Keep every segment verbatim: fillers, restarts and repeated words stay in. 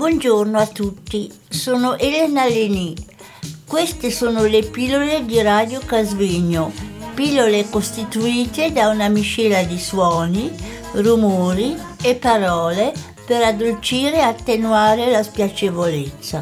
Buongiorno a tutti, sono Elena Leni. Queste sono le pillole di Radio Casvegno, pillole costituite da una miscela di suoni, rumori e parole per addolcire e attenuare la spiacevolezza.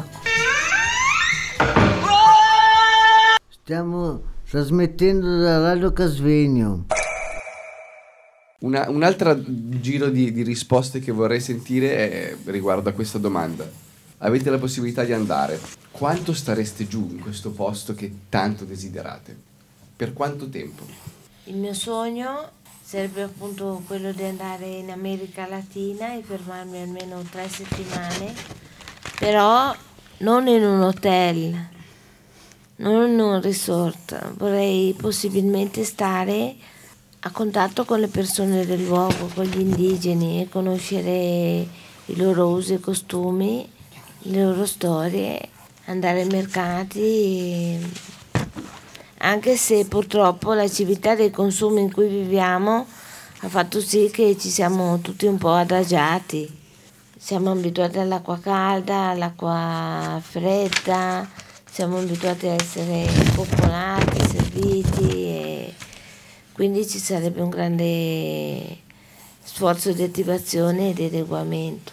Stiamo trasmettendo da Radio Casvegno. Una, un altro giro di, di risposte che vorrei sentire è riguardo a questa domanda. Avete la possibilità di andare. Quanto stareste giù in questo posto che tanto desiderate? Per quanto tempo? Il mio sogno sarebbe appunto quello di andare in America Latina e fermarmi almeno tre settimane, però non in un hotel, non in un resort. Vorrei possibilmente stare a contatto con le persone del luogo, con gli indigeni, e conoscere i loro usi e costumi, le loro storie, andare ai mercati, anche se purtroppo la civiltà dei consumi in cui viviamo ha fatto sì che ci siamo tutti un po' adagiati. Siamo abituati all'acqua calda, all'acqua fredda, siamo abituati a essere coccolati, serviti, e quindi ci sarebbe un grande sforzo di attivazione e di adeguamento.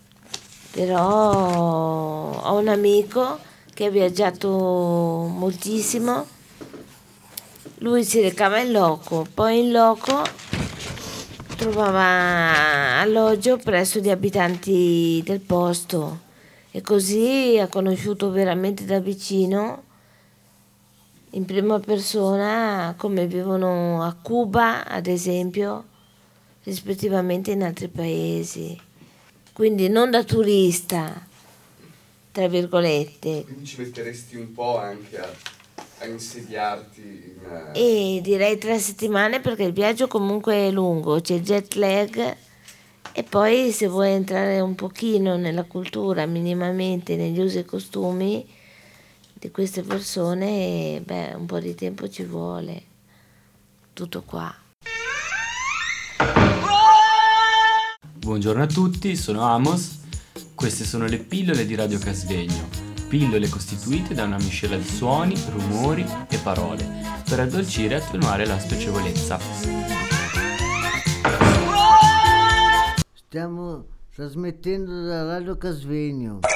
Però ho un amico che ha viaggiato moltissimo, lui si recava in loco, poi in loco trovava alloggio presso gli abitanti del posto e così ha conosciuto veramente da vicino, in prima persona, come vivono a Cuba, ad esempio, rispettivamente in altri paesi. Quindi non da turista, tra virgolette. Quindi ci metteresti un po' anche a, a insediarti in... E direi tre settimane, perché il viaggio comunque è lungo, c'è jet lag, e poi se vuoi entrare un pochino nella cultura, minimamente negli usi e costumi di queste persone, beh, un po' di tempo ci vuole. Tutto qua. Buongiorno a tutti, sono Amos. Queste sono le pillole di Radio Casvegno. Pillole costituite da una miscela di suoni, rumori e parole per addolcire e attenuare la spiacevolezza. Stiamo trasmettendo da Radio Casvegno.